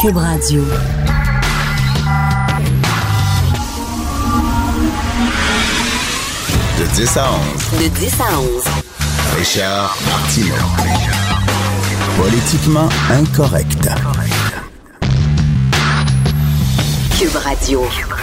Cube Radio. De 10 à 11. De 10 à 11. Richard Martineau. Politiquement incorrect. Cube Radio.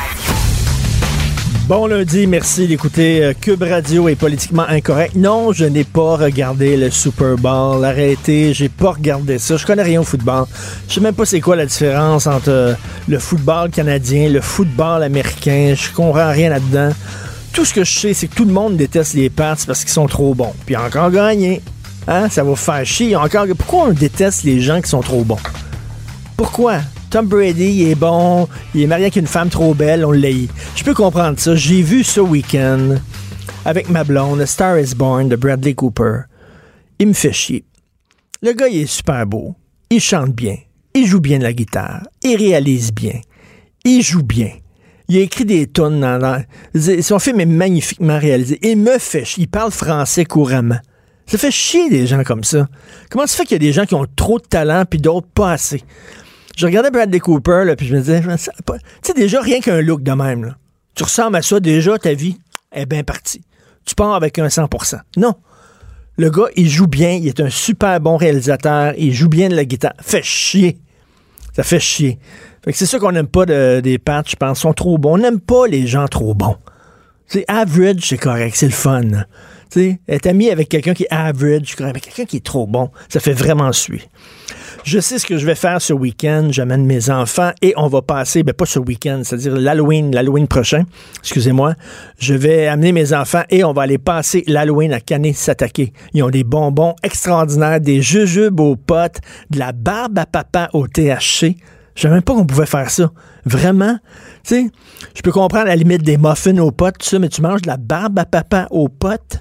Bon lundi, merci d'écouter Cube Radio est politiquement incorrect. Non, je n'ai pas regardé le Super Bowl. Arrêtez, j'ai pas regardé ça. Je connais rien au football. Je sais même pas c'est quoi la différence entre le football canadien, le football américain. Je comprends rien là-dedans. Tout ce que je sais, c'est que tout le monde déteste les Pats parce qu'ils sont trop bons. Puis encore gagné. Hein? Ça va faire chier. Pourquoi on déteste les gens qui sont trop bons? Pourquoi? Tom Brady, il est bon, il est marié avec une femme trop belle, on l'haït. Je peux comprendre ça. J'ai vu ce week-end avec ma blonde, A Star is Born de Bradley Cooper. Il me fait chier. Le gars, il est super beau. Il chante bien. Il joue bien de la guitare. Il réalise bien. Il joue bien. Il a écrit des tonnes son film est magnifiquement réalisé. Il me fait chier. Il parle français couramment. Ça fait chier des gens comme ça. Comment ça fait qu'il y a des gens qui ont trop de talent puis d'autres pas assez? Je regardais Bradley Cooper, là, puis je me disais, tu sais, déjà, rien qu'un look de même, là. Tu ressembles à ça, déjà, ta vie est bien partie. Tu pars avec un 100%. Non. Le gars, il joue bien, il est un super bon réalisateur, il joue bien de la guitare. Fait chier. Ça fait chier. Fait que c'est ça qu'on n'aime pas des Pats, je pense. Ils sont trop bons. On n'aime pas les gens trop bons. C'est average, c'est correct, c'est le fun. Tu sais, être ami avec quelqu'un qui est average, c'est correct, mais quelqu'un qui est trop bon, ça fait vraiment suer. Je sais ce que je vais faire ce week-end. J'amène mes enfants et on va passer, pas ce week-end, c'est-à-dire l'Halloween prochain. Excusez-moi. Je vais amener mes enfants et on va aller passer l'Halloween à Kanesatake. Ils ont des bonbons extraordinaires, des jujubes aux potes, de la barbe à papa au THC. Je savais même pas qu'on pouvait faire ça. Vraiment. Tu sais, je peux comprendre à la limite des muffins aux potes, tout ça, mais tu manges de la barbe à papa aux potes.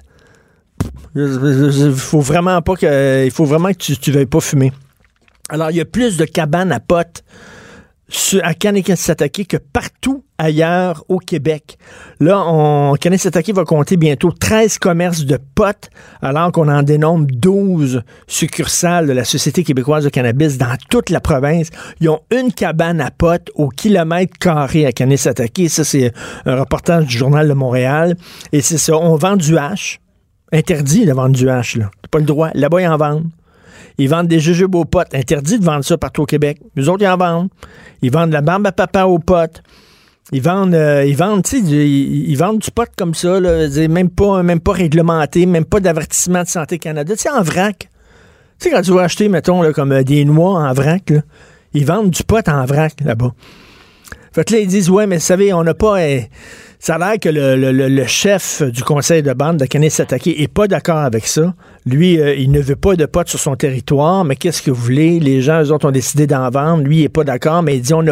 Il faut vraiment que tu veuilles pas fumer. Alors, il y a plus de cabanes à potes à Kanesatake que partout ailleurs au Québec. Là, Kanesatake va compter bientôt 13 commerces de potes, alors qu'on en dénombre 12 succursales de la Société québécoise de cannabis dans toute la province. Ils ont une cabane à potes au kilomètre carré à Kanesatake. Ça, c'est un reportage du Journal de Montréal. Et c'est ça, on vend du hash. Interdit de vendre du hash, là. T'as pas le droit. Là-bas, ils en vendent. Ils vendent des jujubes aux potes. Interdit de vendre ça partout au Québec. Les autres, ils en vendent. Ils vendent de la barbe à papa aux potes. Ils vendent du pot comme ça, là, même pas réglementé, même pas d'avertissement de Santé Canada. Tu sais, en vrac. Tu sais, quand tu vas acheter, mettons, là, comme des noix en vrac, là, ils vendent du pot en vrac, là-bas. Fait que là, ils disent, ouais, mais vous savez, on n'a pas... ça a l'air que le chef du conseil de bande de Kanesatake est pas d'accord avec ça. Lui, il ne veut pas de potes sur son territoire, mais qu'est-ce que vous voulez? Les gens, eux autres, ont décidé d'en vendre. Lui, il est pas d'accord, mais il dit,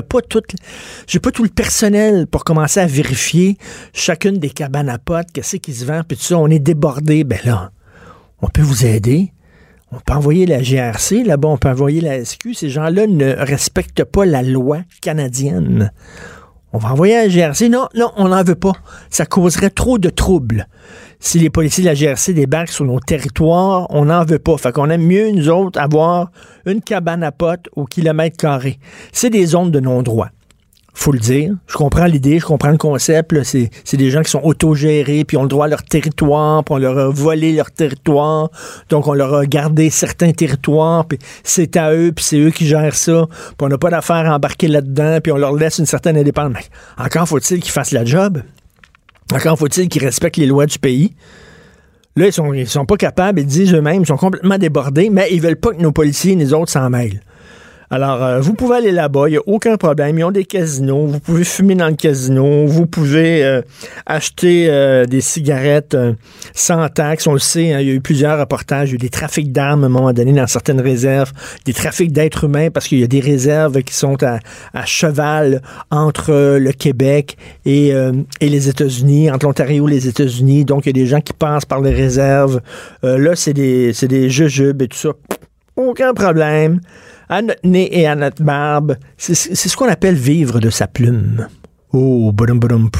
j'ai pas tout le personnel pour commencer à vérifier chacune des cabanes à potes, qu'est-ce qui se vend, puis tout ça, on est débordé. Ben là, on peut vous aider. On peut envoyer la GRC, là-bas, on peut envoyer la SQ. Ces gens-là ne respectent pas la loi canadienne. On va envoyer la GRC. Non, on n'en veut pas. Ça causerait trop de troubles. Si les policiers de la GRC débarquent sur nos territoires, on n'en veut pas. Fait qu'on aime mieux, nous autres, avoir une cabane à potes au kilomètre carré. C'est des zones de non-droit. Faut le dire. Je comprends l'idée, je comprends le concept. Là. C'est des gens qui sont autogérés, puis ont le droit à leur territoire, puis on leur a volé leur territoire. Donc, on leur a gardé certains territoires, puis c'est à eux, puis c'est eux qui gèrent ça. Puis on n'a pas d'affaire à embarquer là-dedans, puis on leur laisse une certaine indépendance. Mais encore faut-il qu'ils fassent la job. Encore faut-il qu'ils respectent les lois du pays. Là, ils sont pas capables, ils disent eux-mêmes, ils sont complètement débordés, mais ils veulent pas que nos policiers et les autres s'en mêlent. Alors, vous pouvez aller là-bas, il n'y a aucun problème. Ils ont des casinos, vous pouvez fumer dans le casino, vous pouvez acheter des cigarettes sans taxe. On le sait, hein, il y a eu plusieurs reportages, il y a eu des trafics d'armes à un moment donné dans certaines réserves, des trafics d'êtres humains parce qu'il y a des réserves qui sont à cheval entre le Québec et les États-Unis, entre l'Ontario et les États-Unis. Donc, il y a des gens qui passent par les réserves. Là, c'est des jujubes et tout ça. Aucun problème. À notre nez et à notre barbe, c'est ce qu'on appelle vivre de sa plume. Oh, badum.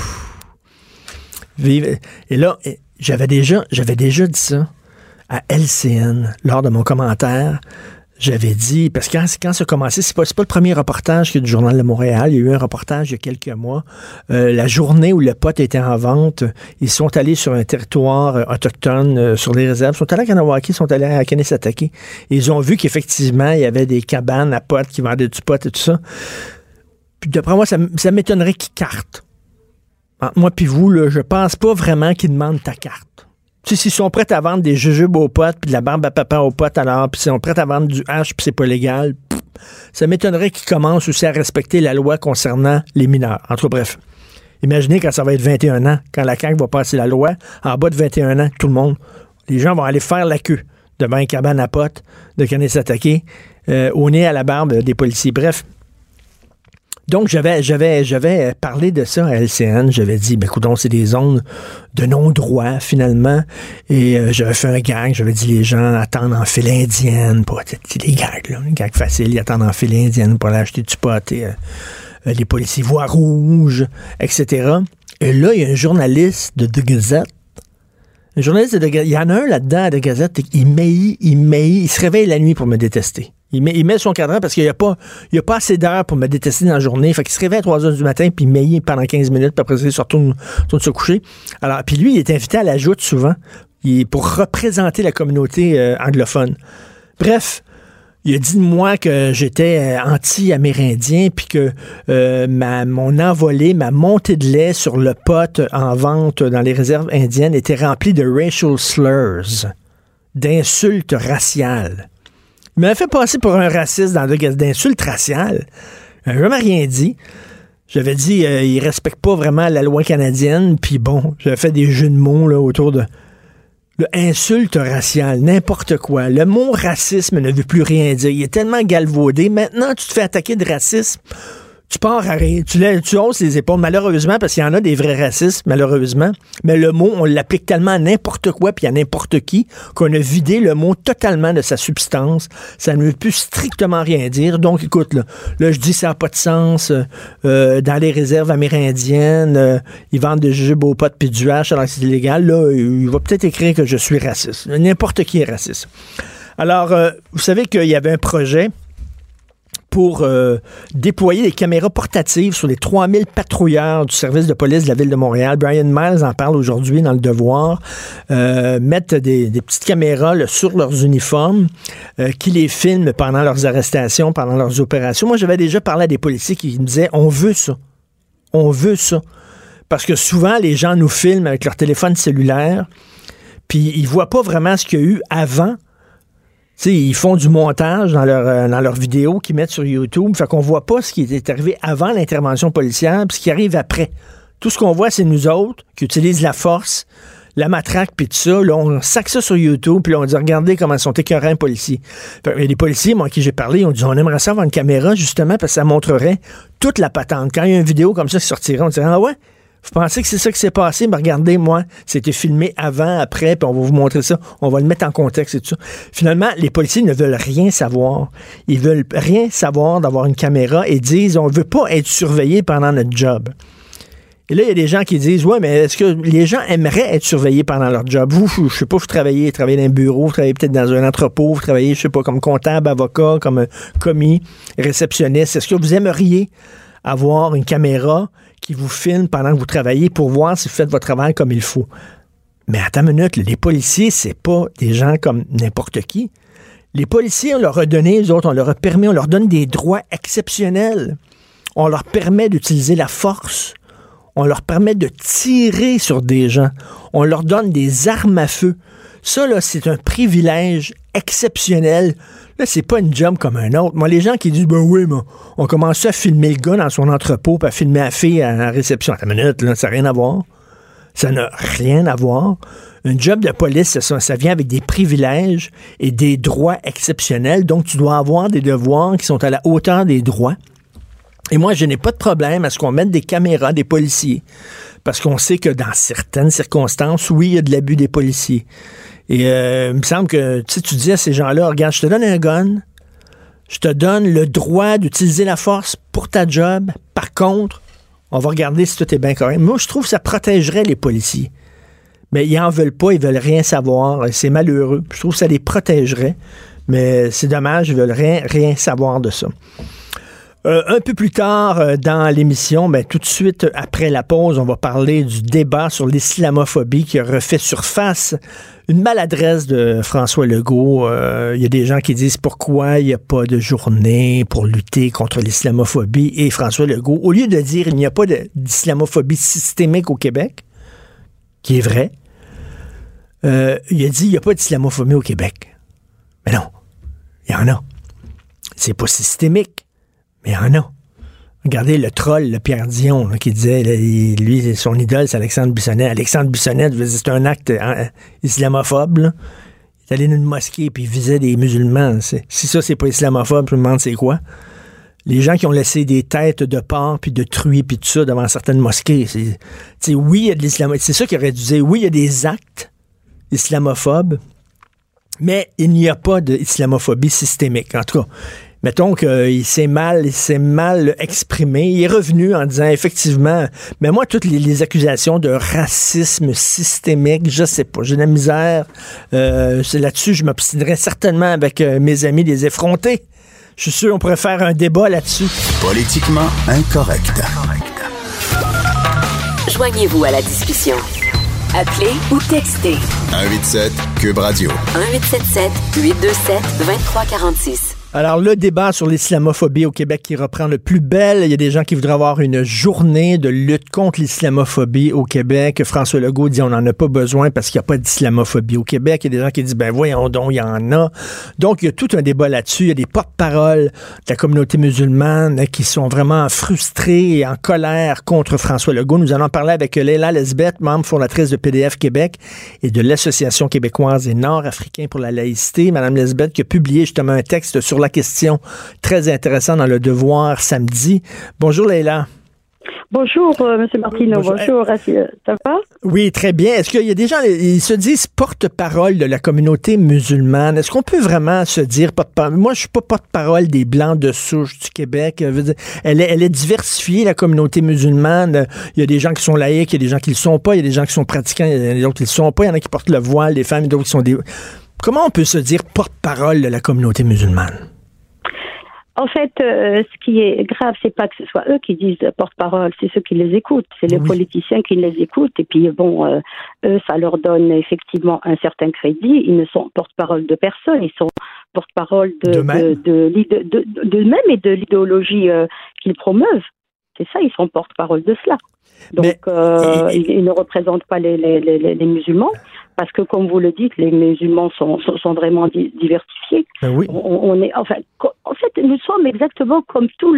Vivre. Et là, j'avais déjà dit ça à LCN lors de mon commentaire. j'avais dit, parce que quand ça a commencé, c'est pas le premier reportage du Journal de Montréal. Il y a eu un reportage il y a quelques mois. La journée où le pot était en vente, ils sont allés sur un territoire autochtone, sur les réserves. Ils sont allés à Kanawake, ils sont allés à Kanesatake. Et ils ont vu qu'effectivement, il y avait des cabanes à pot qui vendaient du pot et tout ça. Puis d'après moi, ça m'étonnerait qu'ils cartent. Entre moi puis vous, là, je pense pas vraiment qu'ils demandent ta carte. Tu sais, s'ils sont prêts à vendre des jujubes aux potes puis de la barbe à papa aux potes, alors, puis s'ils sont prêts à vendre du hash puis c'est pas légal, ça m'étonnerait qu'ils commencent aussi à respecter la loi concernant les mineurs. En tout cas, bref. Imaginez quand ça va être 21 ans, quand la CAQ va passer la loi, en bas de 21 ans, tout le monde, les gens vont aller faire la queue devant une cabane à potes de Kanesatake, au nez à la barbe des policiers. Bref. Donc, j'avais parlé de ça à LCN. J'avais dit, écoute, c'est des zones de non-droit, finalement. Et j'avais fait un gag. J'avais dit, les gens attendent en file indienne. C'est des gags, là. Des gags faciles. Ils attendent en file indienne pour aller acheter du pot. Et, les policiers voient rouge, etc. Et là, il y a un journaliste de The Gazette. Un journaliste de The Gazette. Il y en a un là-dedans à The Gazette. Il se réveille la nuit pour me détester. Il met son cadran parce qu'il n'y a pas assez d'heures pour me détester dans la journée. Fait qu'il se réveille à 3 heures du matin, puis il met pendant 15 minutes, puis après ça, il se retourne se coucher. Alors, puis lui, il est invité à la joute souvent pour représenter la communauté anglophone. Bref, il a dit de moi que j'étais anti-amérindien, puis que mon envolée, ma montée de lait sur le pot en vente dans les réserves indiennes était remplie de racial slurs, d'insultes raciales. Il m'a fait passer pour un raciste dans d'insultes raciales. Je n'avais rien dit. J'avais dit, il ne respecte pas vraiment la loi canadienne. Puis bon, j'avais fait des jeux de mots là, autour de insulte raciale, n'importe quoi. Le mot racisme ne veut plus rien dire. Il est tellement galvaudé. Maintenant, tu te fais attaquer de racisme. Tu pars à rire, tu hausses les épaules, malheureusement, parce qu'il y en a des vrais racistes, malheureusement. Mais le mot, on l'applique tellement à n'importe quoi puis à n'importe qui qu'on a vidé le mot totalement de sa substance. Ça ne veut plus strictement rien dire. Donc, écoute, là je dis ça n'a pas de sens. Dans les réserves amérindiennes, ils vendent des jujubes aux potes puis du hache alors que c'est illégal. Là, il va peut-être écrire que je suis raciste. N'importe qui est raciste. Alors, vous savez qu'il y avait un projet pour déployer des caméras portatives sur les 3000 patrouilleurs du service de police de la Ville de Montréal. Brian Miles en parle aujourd'hui dans Le Devoir. Mettre des petites caméras là, sur leurs uniformes qui les filment pendant leurs arrestations, pendant leurs opérations. Moi, j'avais déjà parlé à des policiers qui me disaient « On veut ça. On veut ça. » Parce que souvent, les gens nous filment avec leur téléphone cellulaire, puis ils voient pas vraiment ce qu'il y a eu avant. T'sais, ils font du montage dans leurs vidéos qu'ils mettent sur YouTube. Fait qu'on voit pas ce qui est arrivé avant l'intervention policière puis ce qui arrive après. Tout ce qu'on voit, c'est nous autres qui utilisent la force, la matraque puis tout ça. Là, on sac ça sur YouTube puis là, on dit « Regardez comment sont écœurants les policiers. » Il y a des policiers, moi, à qui j'ai parlé, ils ont dit « On aimerait ça avoir une caméra, justement, parce que ça montrerait toute la patente. Quand il y a une vidéo comme ça qui sortirait, on dirait « Ah ouais? Vous pensez que c'est ça qui s'est passé? Mais regardez, moi, c'était filmé avant, après, puis on va vous montrer ça. On va le mettre en contexte et tout ça. » Finalement, les policiers ne veulent rien savoir. Ils veulent rien savoir d'avoir une caméra et disent, on ne veut pas être surveillé pendant notre job. Et là, il y a des gens qui disent, ouais, mais est-ce que les gens aimeraient être surveillés pendant leur job? Vous, je sais pas, vous travaillez dans un bureau, vous travaillez peut-être dans un entrepôt, vous travaillez, je sais pas, comme comptable, avocat, comme commis, réceptionniste. Est-ce que vous aimeriez avoir une caméra qui vous filme pendant que vous travaillez pour voir si vous faites votre travail comme il faut? Mais attends une minute, les policiers, c'est pas des gens comme n'importe qui. Les policiers, on leur a donné, les autres, on leur a permis, on leur donne des droits exceptionnels. On leur permet d'utiliser la force. On leur permet de tirer sur des gens. On leur donne des armes à feu. Ça, là, c'est un privilège exceptionnel. Là, c'est pas une job comme un autre. Moi, les gens qui disent, ben oui, mais on commence à filmer le gars dans son entrepôt puis à filmer la fille à la réception. Attends une minute, là, ça n'a rien à voir. Ça n'a rien à voir. Un job de police, ça vient avec des privilèges et des droits exceptionnels. Donc, tu dois avoir des devoirs qui sont à la hauteur des droits. Et moi, je n'ai pas de problème à ce qu'on mette des caméras des policiers. Parce qu'on sait que dans certaines circonstances, oui, il y a de l'abus des policiers. Et il me semble que tu dis à ces gens-là, regarde, je te donne un gun, je te donne le droit d'utiliser la force pour ta job. Par contre, on va regarder si tout est bien correct. Moi, je trouve que ça protégerait les policiers. Mais ils en veulent pas, ils veulent rien savoir. C'est malheureux. Je trouve que ça les protégerait. Mais c'est dommage, ils veulent rien savoir de ça. Un peu plus tard dans l'émission, tout de suite après la pause, on va parler du débat sur l'islamophobie qui a refait surface. Une maladresse de François Legault. Il y a des gens qui disent pourquoi il n'y a pas de journée pour lutter contre l'islamophobie. Et François Legault, au lieu de dire il n'y a pas d'islamophobie systémique au Québec, qui est vrai, il a dit il n'y a pas d'islamophobie au Québec. Mais non, il y en a. C'est pas systémique. Mais il y en a. Regardez le troll, le Pierre Dion, là, qui disait, là, lui, son idole, c'est Alexandre Bissonnette. Alexandre Bissonnette, c'est un acte islamophobe. Là. Il est allé dans une mosquée et il visait des musulmans. Si ça, c'est pas islamophobe, je me demande c'est quoi. Les gens qui ont laissé des têtes de porc puis de truies puis tout ça devant certaines mosquées. Oui, il y a de l'islamophobie. C'est ça qu'il aurait dû dire. Oui, il y a des actes islamophobes, mais il n'y a pas d'islamophobie systémique. En tout cas, mettons qu'il s'est mal exprimé. Il est revenu en disant, effectivement, mais moi, toutes les accusations de racisme systémique, je sais pas, j'ai de la misère. Là-dessus, je m'obstinerais certainement avec mes amis des effrontés. Je suis sûr qu'on pourrait faire un débat là-dessus. Politiquement incorrect. Joignez-vous à la discussion. Appelez ou textez. 187 Cube Radio. 1877-827-2346. Alors, le débat sur l'islamophobie au Québec qui reprend le plus belle. Il y a des gens qui voudraient avoir une journée de lutte contre l'islamophobie au Québec. François Legault dit on n'en a pas besoin parce qu'il n'y a pas d'islamophobie au Québec. Il y a des gens qui disent voyons donc, il y en a. Donc, il y a tout un débat là-dessus. Il y a des porte-paroles de la communauté musulmane qui sont vraiment frustrés et en colère contre François Legault. Nous allons parler avec Leila Lesbeth, membre fondatrice de PDF Québec et de l'Association québécoise et nord-africain pour la laïcité. Madame Lesbeth qui a publié justement un texte sur la question très intéressant dans Le Devoir samedi. Bonjour Leila. Bonjour M. Martineau, bonjour, ça va? Oui, très bien. Est-ce qu'il y a des gens, ils se disent porte-parole de la communauté musulmane? Est-ce qu'on peut vraiment se dire porte-parole? Moi, je suis pas porte-parole des Blancs de souche du Québec. Elle est diversifiée, la communauté musulmane. Il y a des gens qui sont laïcs, il y a des gens qui le sont pas, il y a des gens qui sont pratiquants, il y a d'autres qui le sont pas, il y en a qui portent le voile, des femmes, d'autres qui sont des... Comment on peut se dire porte-parole de la communauté musulmane? En fait, ce qui est grave, c'est pas que ce soit eux qui disent porte-parole, c'est ceux qui les écoutent, c'est les politiciens qui les écoutent. Et puis eux, ça leur donne effectivement un certain crédit. Ils ne sont porte-parole de personne, ils sont porte-parole d'eux-mêmes et de l'idéologie qu'ils promeuvent. C'est ça, ils sont porte-parole de cela. Donc, ils ne représentent pas les musulmans. Parce que, comme vous le dites, les musulmans sont vraiment diversifiés. Ben oui. On est, en fait, nous sommes exactement comme toute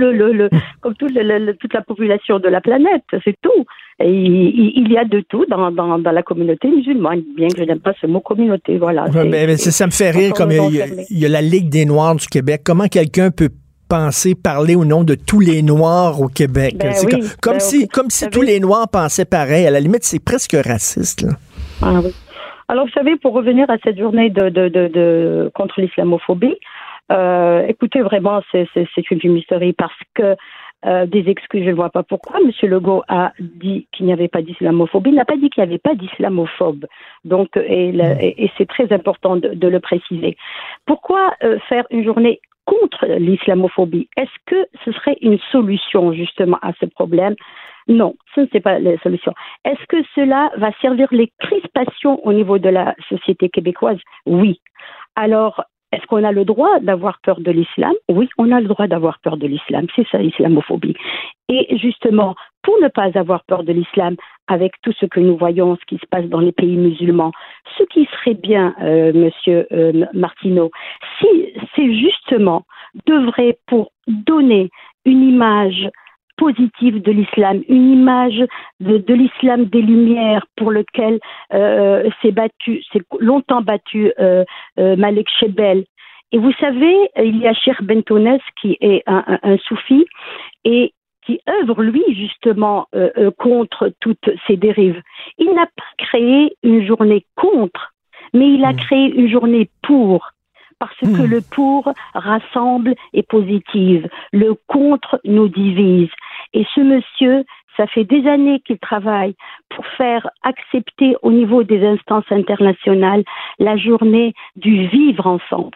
la population de la planète. C'est tout. Et il y a de tout dans la communauté musulmane, bien que je n'aime pas ce mot communauté. Voilà. Ouais, ça me fait rire, comme il y a la Ligue des Noirs du Québec. Comment quelqu'un peut parler au nom de tous les Noirs au Québec? Comme si tous les Noirs pensaient pareil. À la limite, c'est presque raciste, là. Ah oui. Alors, vous savez, pour revenir à cette journée de contre l'islamophobie, écoutez, vraiment, c'est une fumisterie parce que des excuses, je ne vois pas pourquoi. M. Legault a dit qu'il n'y avait pas d'islamophobie. Il n'a pas dit qu'il n'y avait pas d'islamophobes. Donc, et c'est très important de le préciser. Pourquoi faire une journée contre l'islamophobie? Est-ce que ce serait une solution, justement, à ce problème? Non, ce n'est pas la solution. Est-ce que cela va servir les crispations au niveau de la société québécoise? Oui. Alors, est-ce qu'on a le droit d'avoir peur de l'islam? Oui, on a le droit d'avoir peur de l'islam. C'est ça, l'islamophobie. Et justement, pour ne pas avoir peur de l'islam, avec tout ce que nous voyons, ce qui se passe dans les pays musulmans, ce qui serait bien, Monsieur Martineau, si c'est justement devrait pour donner une image positive de l'islam, une image de l'islam des Lumières pour lequel s'est longtemps battu Malek Chebel. Et vous savez, il y a Cheikh Bentounes qui est un soufi et qui œuvre, lui, justement, contre toutes ces dérives. Il n'a pas créé une journée contre, mais il a créé une journée pour. Parce que le pour rassemble et positive. Le contre nous divise. Et ce monsieur, ça fait des années qu'il travaille pour faire accepter au niveau des instances internationales la journée du vivre ensemble.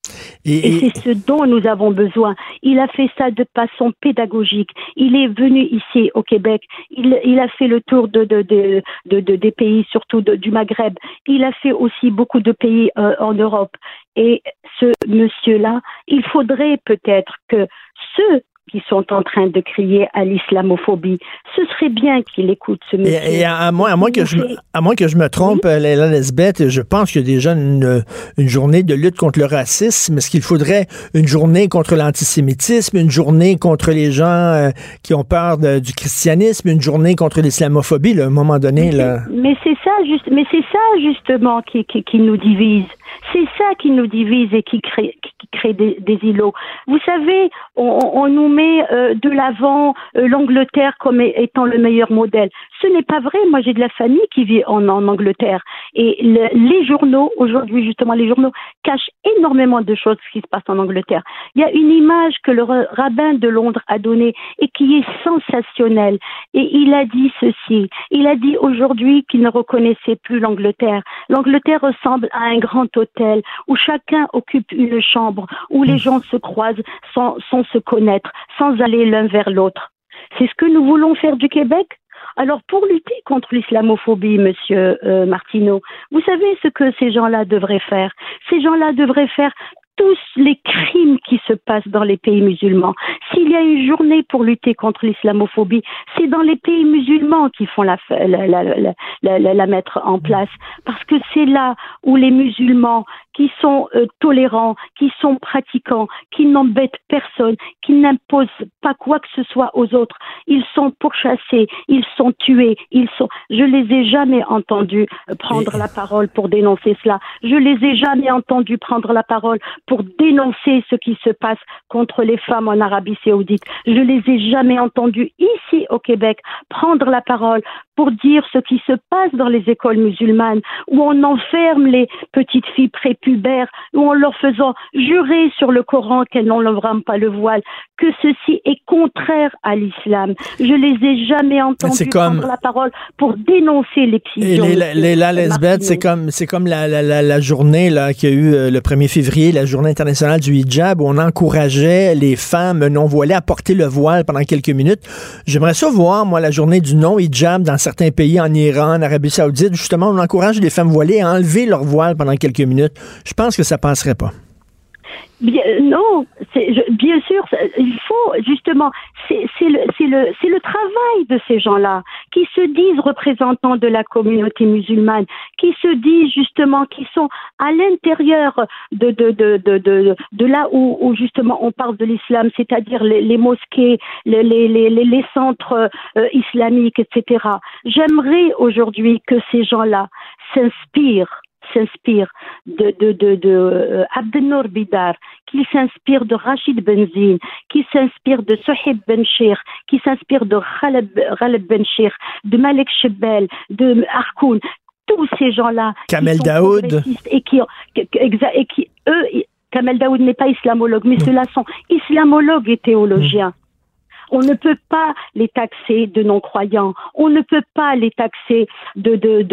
Et c'est ce dont nous avons besoin. Il a fait ça de façon pédagogique. Il est venu ici au Québec. Il a fait le tour des pays, surtout du Maghreb. Il a fait aussi beaucoup de pays en Europe. Et ce monsieur-là, il faudrait peut-être que ceux qui sont en train de crier à l'islamophobie, ce serait bien qu'il écoute ce monsieur. Et à moins que je me trompe, oui? Leila Nesbeth, je pense qu'il y a déjà une journée de lutte contre le racisme. Est-ce qu'il faudrait une journée contre l'antisémitisme, une journée contre les gens qui ont peur du christianisme, une journée contre l'islamophobie, là, à un moment donné? Mais c'est ça justement qui nous divise. C'est ça qui nous divise et qui crée des îlots. Vous savez, on nous met de l'avant l'Angleterre comme étant le meilleur modèle. Ce n'est pas vrai. Moi, j'ai de la famille qui vit en Angleterre. Et les journaux, aujourd'hui justement, les journaux cachent énormément de choses qui se passent en Angleterre. Il y a une image que le rabbin de Londres a donnée et qui est sensationnelle. Et il a dit ceci. Il a dit aujourd'hui qu'il ne reconnaissait plus l'Angleterre. L'Angleterre ressemble à un grand hôtel où chacun occupe une chambre, où les gens se croisent sans se connaître, sans aller l'un vers l'autre. C'est ce que nous voulons faire du Québec. Alors, pour lutter contre l'islamophobie, monsieur Martineau, vous savez ce que ces gens-là devraient faire? Ces gens-là devraient faire tous les crimes qui se passent dans les pays musulmans. S'il y a une journée pour lutter contre l'islamophobie, c'est dans les pays musulmans qui font la mettre en place. Parce que c'est là où les musulmans qui sont tolérants, qui sont pratiquants, qui n'embêtent personne, qui n'imposent pas quoi que ce soit aux autres, ils sont pourchassés, ils sont tués, je les ai jamais entendus prendre la parole pour dénoncer cela. Je les ai jamais entendus prendre la parole pour dénoncer ce qui se passe contre les femmes en Arabie Saoudite. Je les ai jamais entendus ici au Québec prendre la parole pour dire ce qui se passe dans les écoles musulmanes, où on enferme les petites filles prépubères, où en leur faisant jurer sur le Coran qu'elles n'enlèveront pas le voile, que ceci est contraire à l'islam. Je les ai jamais entendus prendre la parole pour dénoncer les pigeons. Et Leila Nesbeth, c'est comme la journée là qu'il y a eu le 1er février, la journée internationale du hijab, où on encourageait les femmes non-voilées à porter le voile pendant quelques minutes. J'aimerais ça voir, moi, la journée du non-hijab dans certains pays, en Iran, en Arabie Saoudite, justement, on encourage les femmes voilées à enlever leur voile pendant quelques minutes. Je pense que ça passerait pas. Non, bien sûr, il faut justement, c'est le travail de ces gens-là qui se disent représentants de la communauté musulmane, qui se disent justement qui sont à l'intérieur de là où justement on parle de l'islam, c'est-à-dire les mosquées, les centres islamiques, etc. J'aimerais aujourd'hui que ces gens-là s'inspirent de Abdelnour Bidar, qui s'inspire de Rachid Benzine, qui s'inspire de Souhaib Ben Cheikh, qui s'inspire de Ghaleb Ben Cheikh, de Malek Chebel, de Harkoun, tous ces gens-là. Kamel Daoud. Et qui eux, Kamel Daoud n'est pas islamologue, mais ceux-là sont islamologues et théologiens. On ne peut pas les taxer de non-croyants. On ne peut pas les taxer de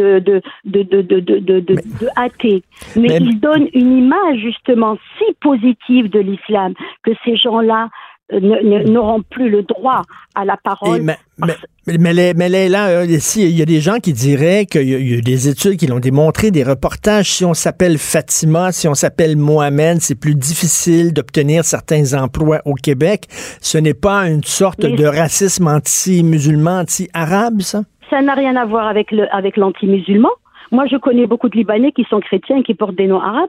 athées. Mais ils donnent une image justement si positive de l'islam que ces gens-là n'auront plus le droit à la parole. Mais là, ici, il y a des gens qui diraient qu'il y a des études qui l'ont démontré, des reportages. Si on s'appelle Fatima, si on s'appelle Mohamed, c'est plus difficile d'obtenir certains emplois au Québec. Ce n'est pas une sorte de racisme anti-musulman, anti-arabe, ça? Ça n'a rien à voir avec l'anti-musulman. Moi, je connais beaucoup de Libanais qui sont chrétiens et qui portent des noms arabes.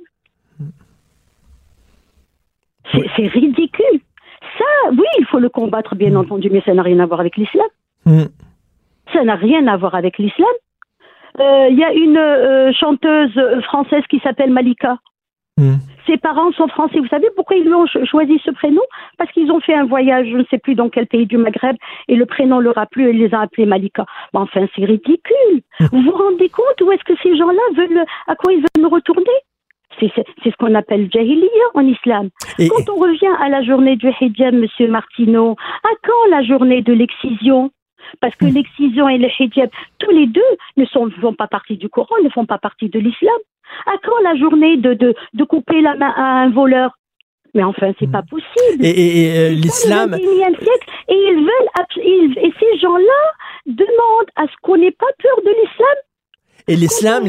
C'est ridicule. Ça, oui, il faut le combattre, bien entendu, mais ça n'a rien à voir avec l'islam. Ça n'a rien à voir avec l'islam. Il y a une chanteuse française qui s'appelle Malika. Ses parents sont français. Vous savez pourquoi ils lui ont choisi ce prénom? Parce qu'ils ont fait un voyage, je ne sais plus dans quel pays du Maghreb, et le prénom leur a plu et ils les ont appelés Malika. Mais enfin, c'est ridicule. Vous vous rendez compte où est-ce que ces gens-là à quoi ils veulent nous retourner? C'est ce qu'on appelle jahiliya en islam. Quand on revient à la journée du hijab, monsieur Martineau, à quand la journée de l'excision? Parce que l'excision et le hijab, tous les deux ne font pas partie du Coran, ne font pas partie de l'islam. À quand la journée de couper la main à un voleur? Mais enfin, c'est pas possible. Et l'islam... C'est le 21e siècle, et et ces gens-là demandent à ce qu'on n'ait pas peur de l'islam. Et l'islam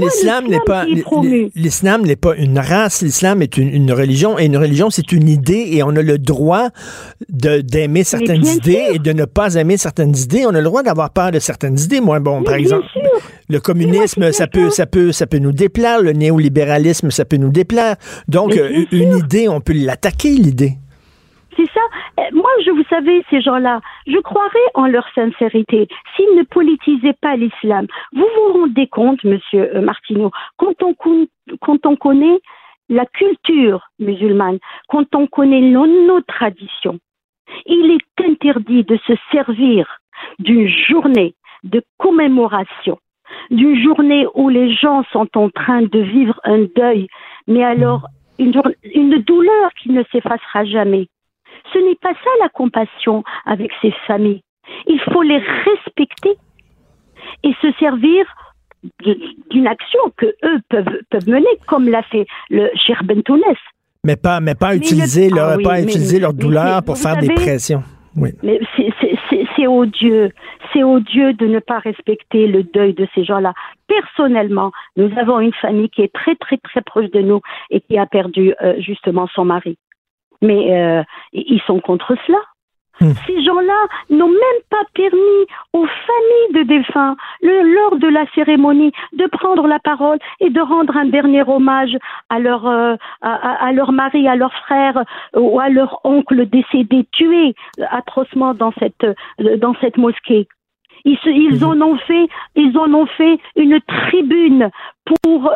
n'est pas une race, l'islam est une religion, et une religion, c'est une idée, et on a le droit d'aimer certaines idées et de ne pas aimer certaines idées. On a le droit d'avoir peur de certaines idées. Moi, par exemple, le communisme, ça peut nous déplaire, le néolibéralisme, ça peut nous déplaire. Donc, une idée, on peut l'attaquer, l'idée. C'est ça. Moi, vous savez, ces gens-là, je croirais en leur sincérité s'ils ne politisaient pas l'islam. Vous vous rendez compte, monsieur Martineau, quand on connaît la culture musulmane, quand on connaît nos traditions, il est interdit de se servir d'une journée de commémoration, d'une journée où les gens sont en train de vivre un deuil, mais alors une douleur qui ne s'effacera jamais. Ce n'est pas ça la compassion avec ces familles. Il faut les respecter et se servir d'une action que eux peuvent mener, comme l'a fait le Cheikh Bentounès. Mais pas utiliser leur douleur pour faire des pressions. Oui. Mais c'est odieux. C'est odieux de ne pas respecter le deuil de ces gens-là. Personnellement, nous avons une famille qui est très, très, très proche de nous et qui a perdu justement son mari. Mais ils sont contre cela. Ces gens-là n'ont même pas permis aux familles de défunts, lors de la cérémonie, de prendre la parole et de rendre un dernier hommage à leur mari, à leur frère ou à leur oncle décédé, tué atrocement dans cette mosquée. Ils en ont fait une tribune pour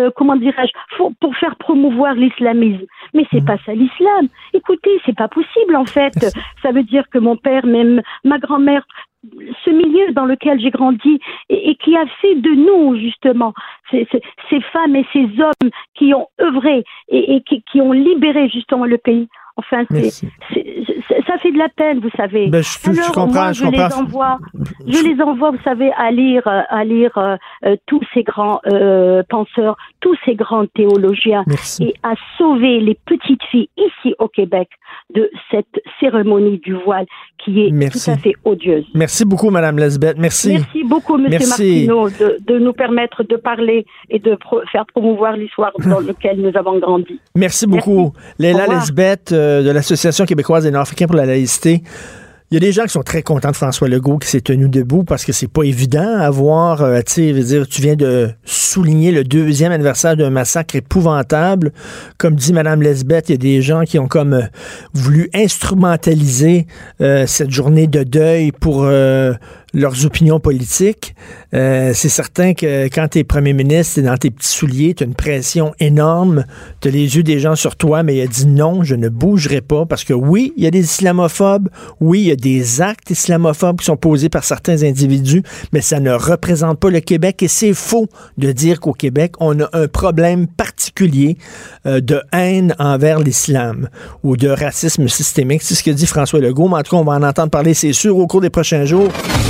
pour faire promouvoir l'islamisme. Mais c'est pas ça l'islam. Écoutez, c'est pas possible en fait. Ça veut dire que mon père, même ma grand-mère, ce milieu dans lequel j'ai grandi et qui a fait de nous justement ces femmes et ces hommes qui ont œuvré et qui ont libéré justement le pays. Enfin, ça fait de la peine, vous savez. Ben, je comprends. Je les envoie, vous savez, à lire tous ces grands penseurs, tous ces grands théologiens, et à sauver les petites filles ici au Québec de cette cérémonie du voile qui est tout à fait odieuse. Merci beaucoup, Madame Lesbeth. Merci. Merci beaucoup, Monsieur Martineau, de nous permettre de parler et de faire promouvoir l'histoire dans laquelle nous avons grandi. Merci beaucoup. Léla Lesbeth de l'Association québécoise des Nord-Africains pour la laïcité. Il y a des gens qui sont très contents de François Legault qui s'est tenu debout parce que c'est pas évident à voir, tu viens de souligner le 2e anniversaire d'un massacre épouvantable. Comme dit Mme Lesbeth, il y a des gens qui ont comme voulu instrumentaliser cette journée de deuil pour leurs opinions politiques. C'est certain que quand t'es premier ministre, t'es dans tes petits souliers, t'as une pression énorme, t'as les yeux des gens sur toi, mais il a dit non, je ne bougerai pas parce que oui, il y a des islamophobes, oui, il y a des actes islamophobes qui sont posés par certains individus, mais ça ne représente pas le Québec et c'est faux de dire qu'au Québec, on a un problème particulier de haine envers l'islam ou de racisme systémique. C'est ce que dit François Legault, mais en tout cas, on va en entendre parler, c'est sûr, au cours des prochains jours.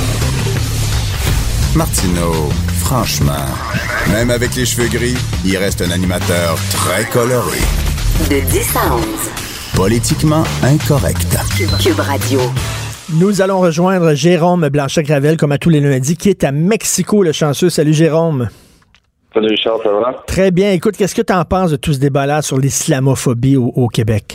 Martineau, franchement, même avec les cheveux gris, il reste un animateur très coloré. De 10 à 11. Politiquement incorrect. Cube Radio. Nous allons rejoindre Jérôme Blanchet-Gravel, comme à tous les lundis, qui est à Mexico, le chanceux. Salut, Jérôme. Salut, Richard, ça va? Très bien. Écoute, qu'est-ce que tu en penses de tout ce débat-là sur l'islamophobie au Québec?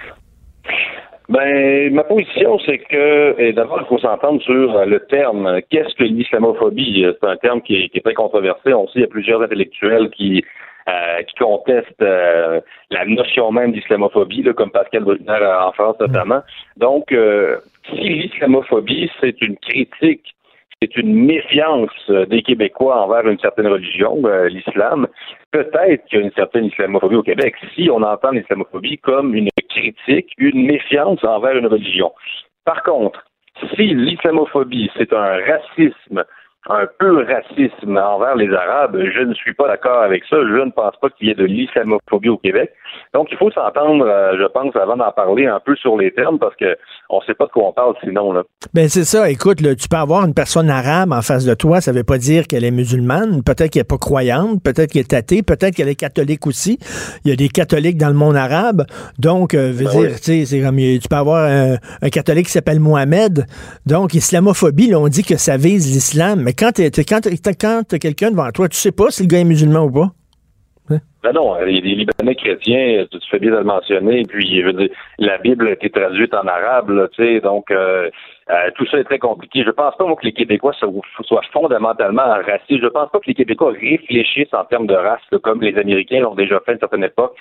Ben, ma position, c'est que, d'abord, il faut s'entendre sur le terme. Qu'est-ce que l'islamophobie? C'est un terme qui est très controversé. On sait qu'il y a plusieurs intellectuels qui contestent la notion même d'islamophobie, là, comme Pascal Bruckner en France notamment. Donc, si l'islamophobie, c'est une critique, c'est une méfiance des Québécois envers une certaine religion, l'islam, peut-être qu'il y a une certaine islamophobie au Québec, si on entend l'islamophobie comme une critique, une méfiance envers une religion. Par contre, si l'islamophobie, c'est un racisme un peu racisme envers les Arabes. Je ne suis pas d'accord avec ça. Je ne pense pas qu'il y ait de l'islamophobie au Québec. Donc, il faut s'entendre, je pense, avant d'en parler un peu sur les termes, parce que on ne sait pas de quoi on parle sinon, là. Ben, c'est ça. Écoute, là, tu peux avoir une personne arabe en face de toi. Ça veut pas dire qu'elle est musulmane. Peut-être qu'elle est pas croyante. Peut-être qu'elle est athée. Peut-être qu'elle est catholique aussi. Il y a des catholiques dans le monde arabe. Donc, veux dire, tu sais, c'est comme, tu peux avoir un catholique qui s'appelle Mohamed. Donc, islamophobie, là, on dit que ça vise l'islam. Mais quand t'as quelqu'un devant toi, tu sais pas si le gars est musulman ou pas. Hein? Ben non, il y a des Libanais chrétiens, tu fais bien de le mentionner, puis je veux dire, la Bible a été traduite en arabe, là, tu sais, donc tout ça est très compliqué. Je pense pas, moi, que les Québécois soient fondamentalement racistes. Je pense pas que les Québécois réfléchissent en termes de race, là, comme les Américains l'ont déjà fait à une certaine époque.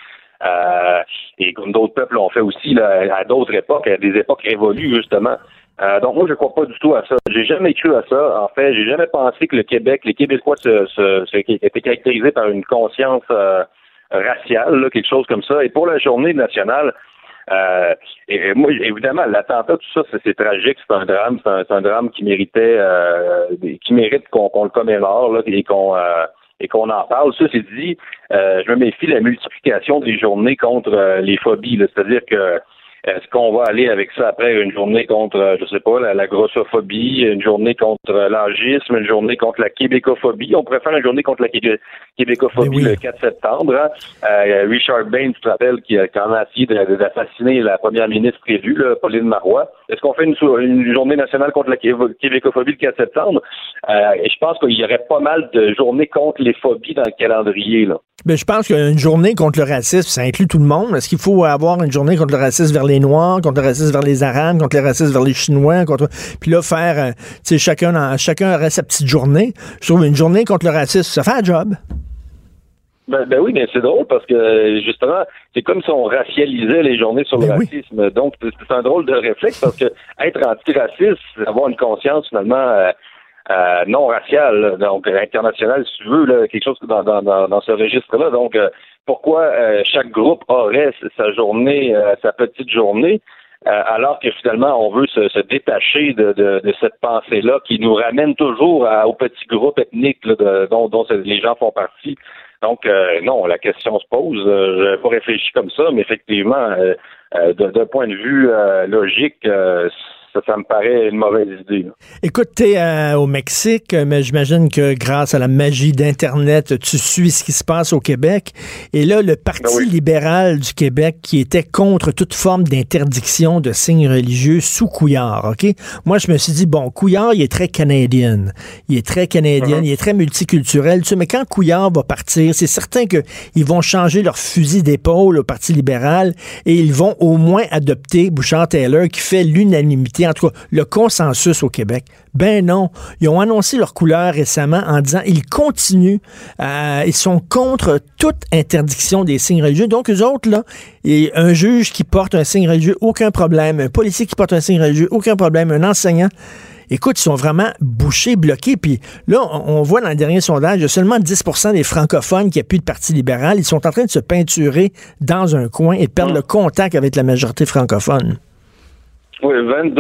Et comme d'autres peuples l'ont fait aussi là, à d'autres époques, à des époques révolues, justement. Donc moi, je crois pas du tout à ça. J'ai jamais cru à ça. En fait, j'ai jamais pensé que le Québec, les Québécois étaient caractérisés par une conscience raciale, là, quelque chose comme ça. Et pour la journée nationale, et moi, évidemment, l'attentat, tout ça, c'est tragique, c'est un drame, c'est un drame qui mérite qu'on le commémore, là, et qu'on en parle. Ça, c'est dit, je me méfie de la multiplication des journées contre les phobies, là. C'est-à-dire que est-ce qu'on va aller avec ça après une journée contre, je sais pas, la grossophobie, une journée contre l'agisme, une journée contre la québécophobie? On pourrait faire une journée contre la québécophobie le 4 septembre. Hein? Richard Bain, tu te rappelles, qui en a essayé d'assassiner la première ministre élue, là, Pauline Marois. Est-ce qu'on fait une journée nationale contre la québécophobie le 4 septembre? Et je pense qu'il y aurait pas mal de journées contre les phobies dans le calendrier, là. Ben, je pense qu'une journée contre le racisme, ça inclut tout le monde. Est-ce qu'il faut avoir une journée contre le racisme vers les Noirs, contre le racisme vers les Arabes, contre le racisme vers les Chinois, puis là, faire, tu sais, chacun aurait sa petite journée. Je trouve une journée contre le racisme, ça fait un job. Ben oui, mais c'est drôle parce que, justement, c'est comme si on racialisait les journées sur le racisme. Donc, c'est un drôle de réflexe parce que être antiraciste, c'est avoir une conscience, finalement, non raciale, donc internationale, si tu veux, là, quelque chose dans ce registre-là. Donc, pourquoi chaque groupe aurait sa journée, sa petite journée, alors que finalement, on veut se détacher de cette pensée-là qui nous ramène toujours au petit groupe ethnique là, dont les gens font partie. Donc, non, la question se pose. Je n'avais pas réfléchi comme ça, mais effectivement, d'un point de vue logique, ça me paraît une mauvaise idée. Là. Écoute, t'es au Mexique, mais j'imagine que grâce à la magie d'Internet, tu suis ce qui se passe au Québec. Et là, le Parti libéral du Québec, qui était contre toute forme d'interdiction de signes religieux sous Couillard, OK? Moi, je me suis dit, bon, Couillard, il est très canadien. Il est très canadien, il est très multiculturel, tu sais, mais quand Couillard va partir, c'est certain qu'ils vont changer leur fusil d'épaule au Parti libéral et ils vont au moins adopter Bouchard-Taylor, qui fait l'unanimité, en tout cas, le consensus au Québec. Ben non. Ils ont annoncé leur couleur récemment en disant ils continuent, ils sont contre toute interdiction des signes religieux. Donc, eux autres, là, et un juge qui porte un signe religieux, aucun problème. Un policier qui porte un signe religieux, aucun problème. Un enseignant. Écoute, ils sont vraiment bouchés, bloqués. Puis là, on voit dans le dernier sondage, il y a seulement 10% des francophones qui appuient le Parti libéral. Ils sont en train de se peinturer dans un coin et de perdre le contact avec la majorité francophone. Oui, 22%.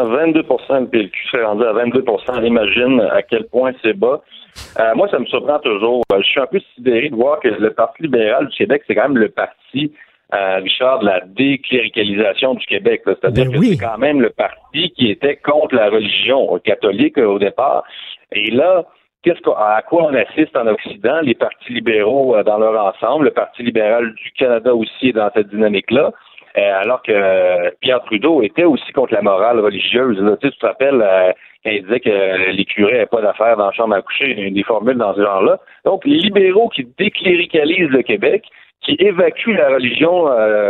Le PLQ serait rendu à 22%. Imagine à quel point c'est bas. Moi, ça me surprend toujours. Je suis un peu sidéré de voir que le Parti libéral du Québec, c'est quand même le parti, Richard, de la décléricalisation du Québec. Là. C'est-à-dire que c'est quand même le parti qui était contre la religion catholique au départ. Et là, à quoi on assiste en Occident? Les partis libéraux dans leur ensemble, le Parti libéral du Canada aussi est dans cette dynamique-là. Alors que Pierre Trudeau était aussi contre la morale religieuse. Là. Tu te rappelles quand il disait que les curés n'avaient pas d'affaires dans la chambre à coucher, des formules dans ce genre-là. Donc, les libéraux qui décléricalisent le Québec, qui évacuent la religion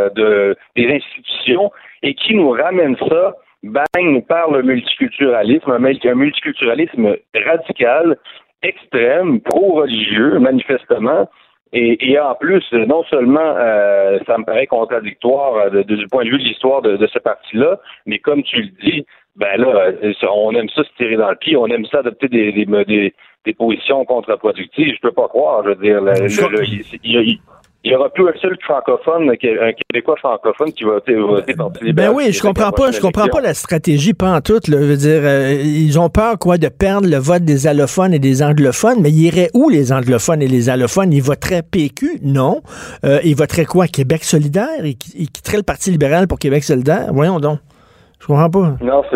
des institutions et qui nous ramènent ça, bang, par le multiculturalisme, un multiculturalisme radical, extrême, pro-religieux, manifestement. Et en plus, non seulement ça me paraît contradictoire du point de vue de l'histoire de ce parti-là, mais comme tu le dis, ben là, on aime ça se tirer dans le pied, on aime ça adopter des positions contre-productives. Je peux pas croire, je veux dire, il n'y aura plus un seul francophone, un Québécois francophone qui va voter Parti libéral. Ben oui, je comprends pas la stratégie, pas en tout. Je veux dire, ils ont peur, de perdre le vote des allophones et des anglophones, mais ils iraient où, les anglophones et les allophones? Ils voteraient PQ? Non. Ils voteraient quoi? Québec solidaire? Ils quitteraient le Parti libéral pour Québec solidaire? Voyons donc. Je comprends pas.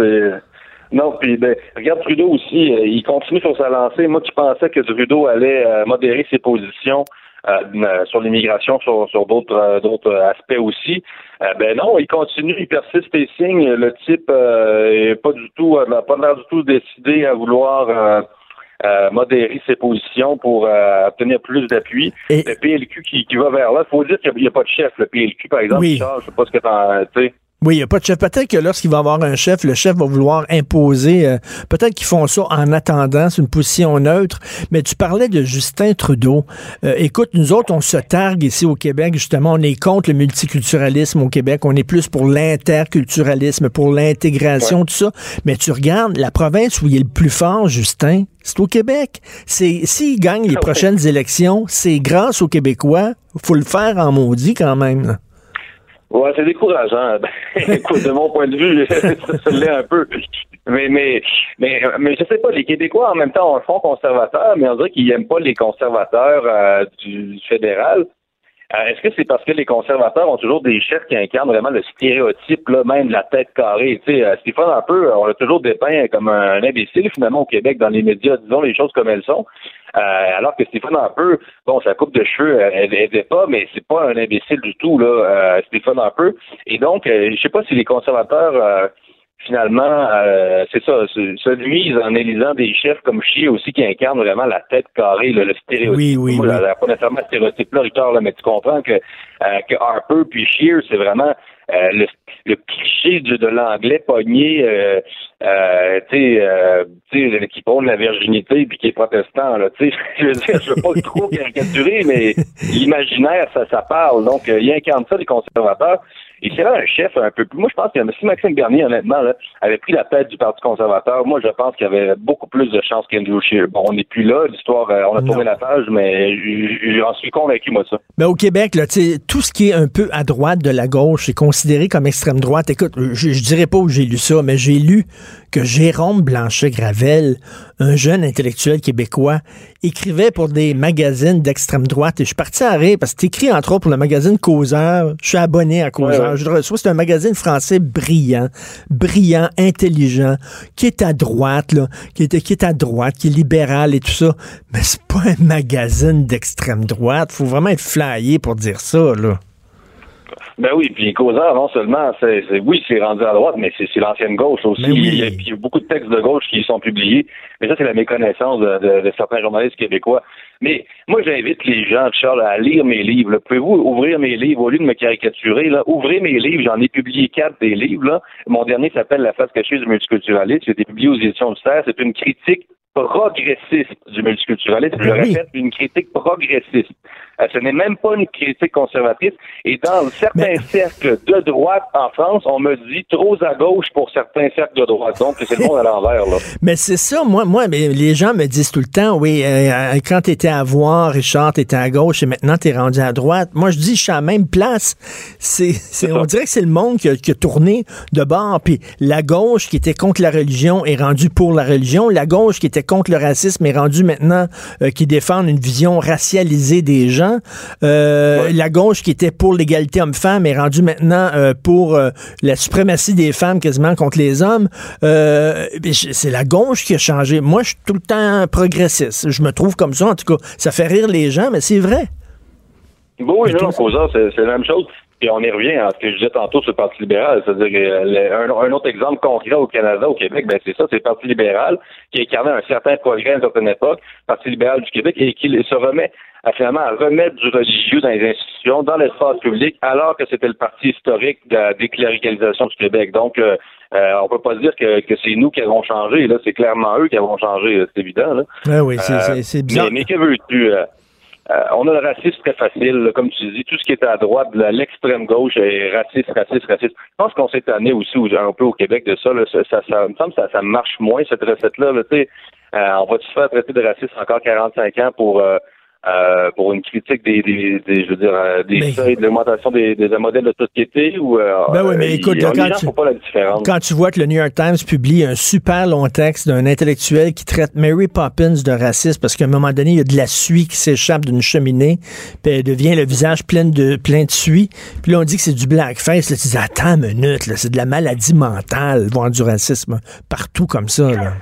Non, puis regarde Trudeau aussi, il continue sur sa lancée. Moi, tu pensais que Trudeau allait modérer ses positions sur l'immigration, sur d'autres aspects aussi. Non, il continue, il persiste et signe. Le type n'a pas l'air du tout décidé à vouloir modérer ses positions pour obtenir plus d'appui. Et le PLQ qui va vers là, il faut dire qu'il n'y a pas de chef. Le PLQ, par exemple, oui. Richard, je sais pas ce que tu sais. Oui, il n'y a pas de chef. Peut-être que lorsqu'il va y avoir un chef, le chef va vouloir imposer. Peut-être qu'ils font ça en attendant. C'est une position neutre. Mais tu parlais de Justin Trudeau. Écoute, nous autres, on se targue ici au Québec. Justement, on est contre le multiculturalisme au Québec. On est plus pour l'interculturalisme, pour l'intégration, tout ça. Mais tu regardes, la province où il est le plus fort, Justin, c'est au Québec. S'il gagne les prochaines élections, c'est grâce aux Québécois. Faut le faire en maudit quand même, là. Ouais, c'est décourageant. Écoute, de mon point de vue, ça l'est un peu. Mais je sais pas, les Québécois, en même temps, ont un front conservateur, mais on dirait qu'ils n'aiment pas les conservateurs du fédéral. Est-ce que c'est parce que les conservateurs ont toujours des chefs qui incarnent vraiment le stéréotype, là, même de la tête carrée? Tu sais, Stéphane Harper, on l'a toujours dépeint comme un imbécile, finalement, au Québec, dans les médias, disons les choses comme elles sont. Alors que Stéphane Harper, sa coupe de cheveux, elle aidait pas, mais c'est pas un imbécile du tout, là, Stéphane Harper. Et donc, je sais pas si les conservateurs, finalement, c'est ça, se nuisent en élisant des chefs comme Scheer aussi qui incarnent vraiment la tête carrée, le stéréotype. Oui. Pas nécessairement le stéréotype-là, Richard, là, mais tu comprends que Harper puis Scheer, c'est vraiment le cliché de l'anglais pogné, qui prône la virginité puis qui est protestant, là, tu sais. Je veux dire, je veux pas trop caricaturer, mais l'imaginaire, ça parle. Donc, il incarne ça, les conservateurs. Et c'est là un chef un peu plus. Moi, je pense que si Maxime Bernier, honnêtement, là, avait pris la tête du Parti conservateur, moi, je pense qu'il y avait beaucoup plus de chances qu'Andrew Scheer. Bon, on n'est plus là, l'histoire, on a tourné la page, mais j'en suis convaincu, moi, de ça. Ben, au Québec, là, tout ce qui est un peu à droite de la gauche est considéré comme extrême droite. Écoute, je dirais pas où j'ai lu ça, mais j'ai lu que Jérôme Blanchet-Gravel, un jeune intellectuel québécois, écrivait pour des magazines d'extrême droite. Et je suis parti à rire parce que t'écris, entre autres, pour le magazine Causeur. Je suis abonné à Causeur. Ouais. Je trouve que c'est un magazine français brillant, intelligent, qui est à droite, là, qui est à droite, qui est libéral et tout ça. Mais c'est pas un magazine d'extrême droite. Faut vraiment être flyé pour dire ça, là. Ben oui, puis Causeur, non seulement, c'est rendu à droite, mais c'est l'ancienne gauche aussi. Oui. Il y a beaucoup de textes de gauche qui sont publiés, mais ça, c'est la méconnaissance de certains journalistes québécois. Mais moi, j'invite les gens, Charles, à lire mes livres. Là. Pouvez-vous ouvrir mes livres au lieu de me caricaturer? Là, ouvrez mes livres, j'en ai publié 4 des livres. Là. Mon dernier s'appelle La face cachée du multiculturalisme. Il a été publié aux éditions du CERF. C'est une critique progressiste du multiculturalisme. Je le répète, une critique progressiste. Ce n'est même pas une critique conservatrice. Et dans certains cercles de droite en France, on me dit trop à gauche pour certains cercles de droite. Donc, c'est le monde à l'envers, là. Mais c'est ça, moi, mais les gens me disent tout le temps, oui, quand t'étais à voir, Richard, t'étais à gauche et maintenant t'es rendu à droite. Moi, je dis, je suis à la même place. On dirait que c'est le monde qui a tourné de bord, puis la gauche qui était contre la religion est rendue pour la religion. La gauche qui était contre le racisme est rendue maintenant qui défend une vision racialisée des gens. La gauche qui était pour l'égalité homme-femme est rendue maintenant pour la suprématie des femmes quasiment contre les hommes. C'est la gauche qui a changé. Moi, je suis tout le temps progressiste. Je me trouve comme ça. En tout cas, ça fait rire les gens, mais c'est vrai. Bon, oui, non, Causeur, c'est la même chose. Et on y revient à ce que je disais tantôt sur le Parti libéral. C'est-à-dire un autre exemple concret au Canada, au Québec, ben c'est ça, c'est le Parti libéral qui incarnait un certain progrès à une certaine époque, Parti libéral du Québec, et qui se remet finalement à remettre du religieux dans les institutions, dans l'espace public, alors que c'était le parti historique de la décléricalisation du Québec. Donc, on peut pas dire que c'est nous qui avons changé. Là, c'est clairement eux qui avons changé, c'est évident. Là. Oui, c'est bizarre. Mais que veux-tu? On a le racisme très facile, là, comme tu dis, tout ce qui est à droite, l'extrême gauche est raciste. Je pense qu'on s'est tanné aussi un peu au Québec de ça. Là, ça me semble que ça marche moins, cette recette-là. Là, on va-tu se faire traiter de raciste encore 45 ans pour pour une critique des seuils de l'augmentation des modèles de société ou oui, mais écoute, les gens font pas la différence. Quand tu vois que le New York Times publie un super long texte d'un intellectuel qui traite Mary Poppins de raciste parce qu'à un moment donné, il y a de la suie qui s'échappe d'une cheminée, puis elle devient le visage plein de suie, puis là on dit que c'est du blackface, là tu dis attends une minute, là, c'est de la maladie mentale, voir du racisme partout comme ça, là.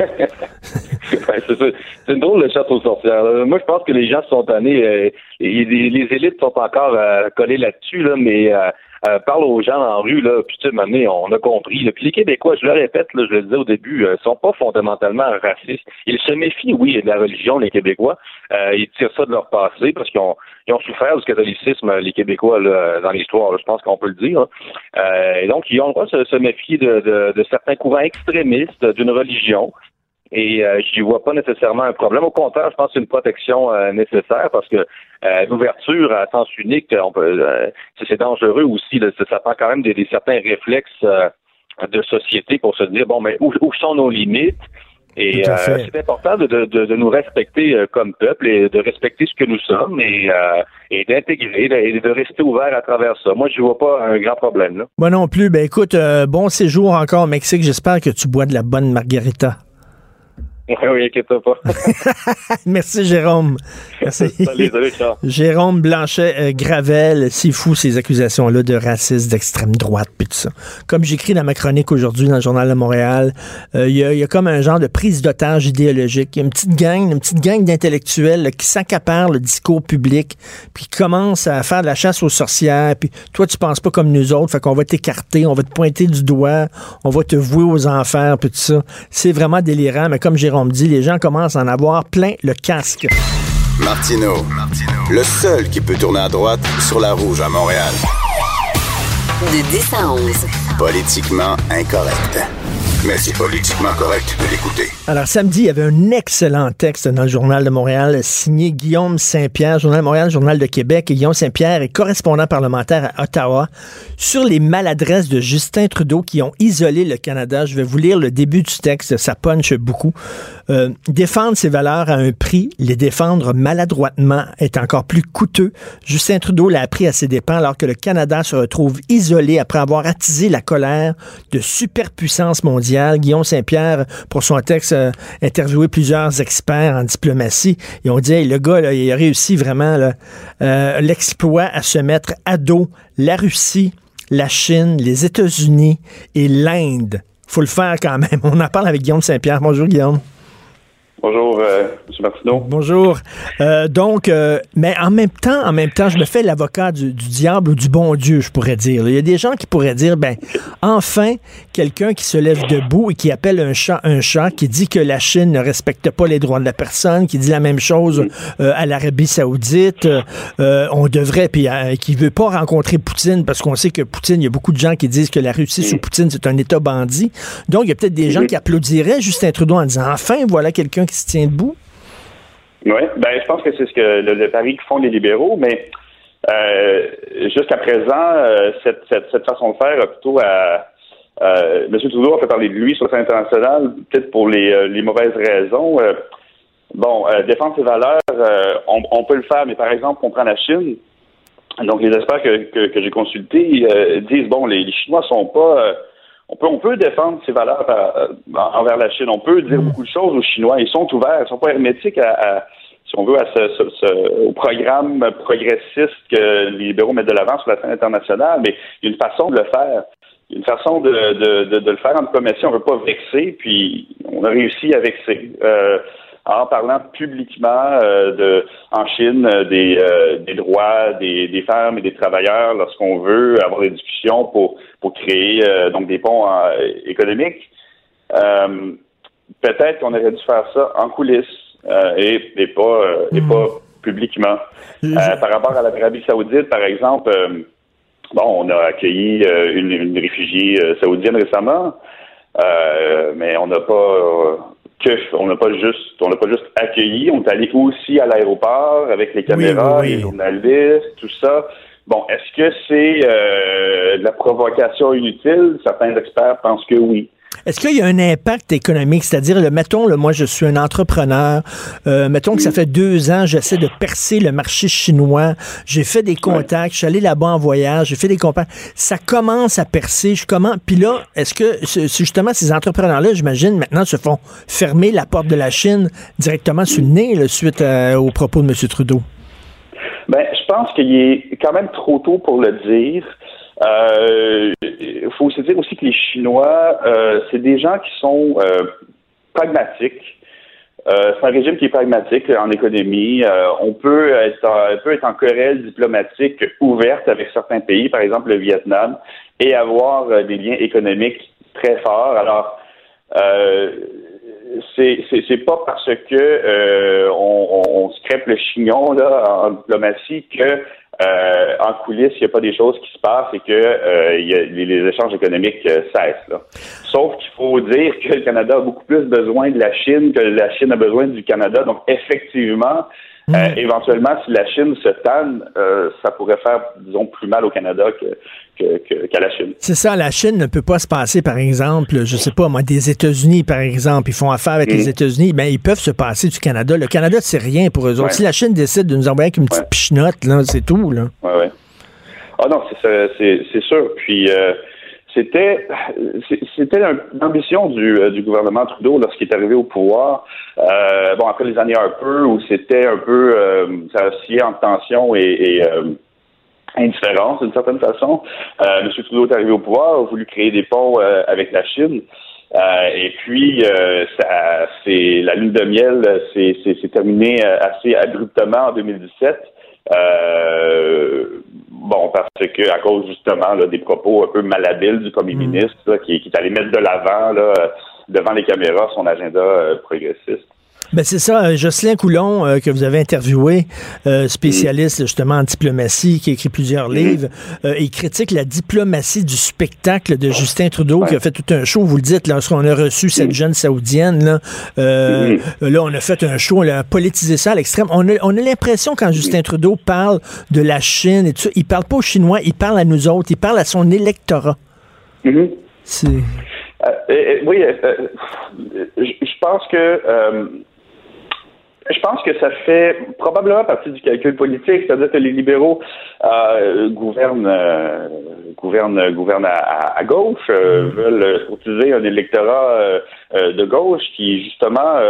C'est une drôle de chasse aux sorcières. Moi, je pense que les gens sont tannés. Les élites sont encore collées là-dessus, là, mais parle aux gens en rue, là, puis tu sais, maintenant, on a compris. Là. Puis les Québécois, je le répète, là, je le disais au début, sont pas fondamentalement racistes. Ils se méfient, oui, de la religion, les Québécois. Ils tirent ça de leur passé parce qu'ils ont souffert du catholicisme, les Québécois, là, dans l'histoire, là, je pense qu'on peut le dire. Et donc, ils ont le droit de se méfier de certains courants extrémistes d'une religion. Et j'y vois pas nécessairement un problème. Au contraire, je pense que c'est une protection nécessaire parce que l'ouverture à sens unique, c'est dangereux aussi. Là, ça prend quand même des certains réflexes de société pour se dire bon, mais où sont nos limites? Et c'est important de nous respecter comme peuple et de respecter ce que nous sommes et d'intégrer et de rester ouvert à travers ça. Moi, je vois pas un grand problème là. Moi non plus. Ben écoute, bon séjour encore au Mexique. J'espère que tu bois de la bonne margarita. Oui, inquiète-toi pas. Merci, Jérôme. Merci. Salut, Charles. Jérôme Blanchet-Gravel, c'est fou ces accusations-là de racisme, d'extrême droite, puis tout ça. Comme j'écris dans ma chronique aujourd'hui dans le Journal de Montréal, il y a comme un genre de prise d'otage idéologique. Il y a une petite gang d'intellectuels là, qui s'accaparent le discours public, puis qui commencent à faire de la chasse aux sorcières, puis toi, tu penses pas comme nous autres, fait qu'on va t'écarter, on va te pointer du doigt, on va te vouer aux enfers, puis tout ça. C'est vraiment délirant, mais comme Jérôme me dit, les gens commencent à en avoir plein le casque. Martineau, le seul qui peut tourner à droite sur la rouge à Montréal. De 10 à 11. Politiquement incorrect. Mais c'est politiquement correct de l'écouter. Alors, samedi, il y avait un excellent texte dans le Journal de Montréal signé Guillaume Saint-Pierre, Journal de Montréal, Journal de Québec. Et Guillaume Saint-Pierre est correspondant parlementaire à Ottawa sur les maladresses de Justin Trudeau qui ont isolé le Canada. Je vais vous lire le début du texte, ça punch beaucoup. Défendre ses valeurs à un prix, les défendre maladroitement est encore plus coûteux. Justin Trudeau l'a appris à ses dépens alors que le Canada se retrouve isolé après avoir attisé la colère de superpuissances mondiales. Guillaume Saint-Pierre, pour son texte, interviewé plusieurs experts en diplomatie et on dit, hey, le gars, là, il a réussi vraiment là, l'exploit à se mettre à dos la Russie, la Chine, les États-Unis et l'Inde. Faut le faire quand même. On en parle avec Guillaume Saint-Pierre. Bonjour, Guillaume. Bonjour, M. Martineau. Bonjour. Mais en même temps, je me fais l'avocat du diable ou du bon Dieu, je pourrais dire. Il y a des gens qui pourraient dire, enfin, quelqu'un qui se lève debout et qui appelle un chat, qui dit que la Chine ne respecte pas les droits de la personne, qui dit la même chose à l'Arabie Saoudite. On devrait, puis qui veut pas rencontrer Poutine, parce qu'on sait que Poutine, il y a beaucoup de gens qui disent que la Russie sous Poutine, c'est un État bandit. Donc, il y a peut-être des gens qui applaudiraient Justin Trudeau en disant, enfin, voilà quelqu'un qui se tient debout? Oui, je pense que c'est ce que le pari que font les libéraux, mais jusqu'à présent, cette façon de faire a plutôt M. Trudeau a fait parler de lui sur le scène international, peut-être pour les mauvaises raisons. Défendre ses valeurs, on peut le faire, mais par exemple, on prend la Chine. Donc, les experts que j'ai consultés disent, les Chinois sont pas... On peut défendre ces valeurs envers la Chine. On peut dire beaucoup de choses aux Chinois. Ils sont ouverts. Ils sont pas hermétiques si on veut, au programme progressiste que les libéraux mettent de l'avant sur la scène internationale. Mais il y a une façon de le faire. Il y a une façon de le faire en diplomatie. On ne veut pas vexer, puis on a réussi à vexer. En parlant publiquement en Chine des droits des femmes et des travailleurs lorsqu'on veut avoir des discussions pour créer donc des ponts économiques. Peut-être qu'on aurait dû faire ça en coulisses et pas publiquement. Par rapport à l'Arabie Saoudite, par exemple, on a accueilli une réfugiée saoudienne récemment, mais on n'a pas juste accueilli, on est allé aussi à l'aéroport avec les caméras, les journalistes, tout ça. Bon, est-ce que c'est de la provocation inutile? Certains experts pensent que oui. Est-ce qu'il y a un impact économique? C'est-à-dire, mettons, moi, je suis un entrepreneur. Mettons que ça fait 2 ans, j'essaie de percer le marché chinois. J'ai fait des contacts. Je suis allé là-bas en voyage. J'ai fait des contacts. Ça commence à percer. Puis là, est-ce que justement ces entrepreneurs-là, j'imagine, maintenant, se font fermer la porte de la Chine directement sur le nez là, suite aux propos de M. Trudeau? Ben, je pense qu'il est quand même trop tôt pour le dire. Il faut se dire aussi que les Chinois, c'est des gens qui sont pragmatiques. C'est un régime qui est pragmatique en économie. On peut être en querelle diplomatique ouverte avec certains pays, par exemple le Vietnam, et avoir des liens économiques très forts. Alors, c'est pas parce que on se crêpe le chignon là en diplomatie que en coulisses, il n'y a pas des choses qui se passent et que les échanges économiques cessent. Là. Sauf qu'il faut dire que le Canada a beaucoup plus besoin de la Chine que la Chine a besoin du Canada. Donc, effectivement, éventuellement, si la Chine se tanne, ça pourrait faire, disons, plus mal au Canada qu'à la Chine. C'est ça, la Chine ne peut pas se passer, par exemple, je sais pas, moi, des États-Unis, par exemple. Ils font affaire avec les États-Unis, ben ils peuvent se passer du Canada. Le Canada, c'est rien pour eux autres. Si la Chine décide de nous envoyer avec une petite pichenotte, là, c'est tout, là. Oui. Ah non, c'est sûr. Puis c'était l'ambition du gouvernement Trudeau lorsqu'il est arrivé au pouvoir. Après les années un peu où c'était un peu ça oscillait entre tension et indifférence d'une certaine façon. M. Trudeau est arrivé au pouvoir, a voulu créer des ponts avec la Chine. Et puis c'est la lune de miel c'est terminé assez abruptement en 2017. Parce que à cause justement là, des propos un peu malhabiles du premier ministre là, qui est allé mettre de l'avant là, devant les caméras son agenda progressiste. Ben c'est ça, Jocelyn Coulon, que vous avez interviewé, spécialiste justement en diplomatie, qui a écrit plusieurs livres, il critique la diplomatie du spectacle de Justin Trudeau, qui a fait tout un show, vous le dites, lorsqu'on a reçu cette jeune Saoudienne, là, là on a fait un show, on a politisé ça à l'extrême. On a l'impression quand Justin Trudeau parle de la Chine et tout ça, il parle pas aux Chinois, il parle à nous autres, il parle à son électorat. C'est... Je pense que ça fait probablement partie du calcul politique, c'est-à-dire que les libéraux gouvernent à gauche, veulent utiliser un électorat de gauche qui justement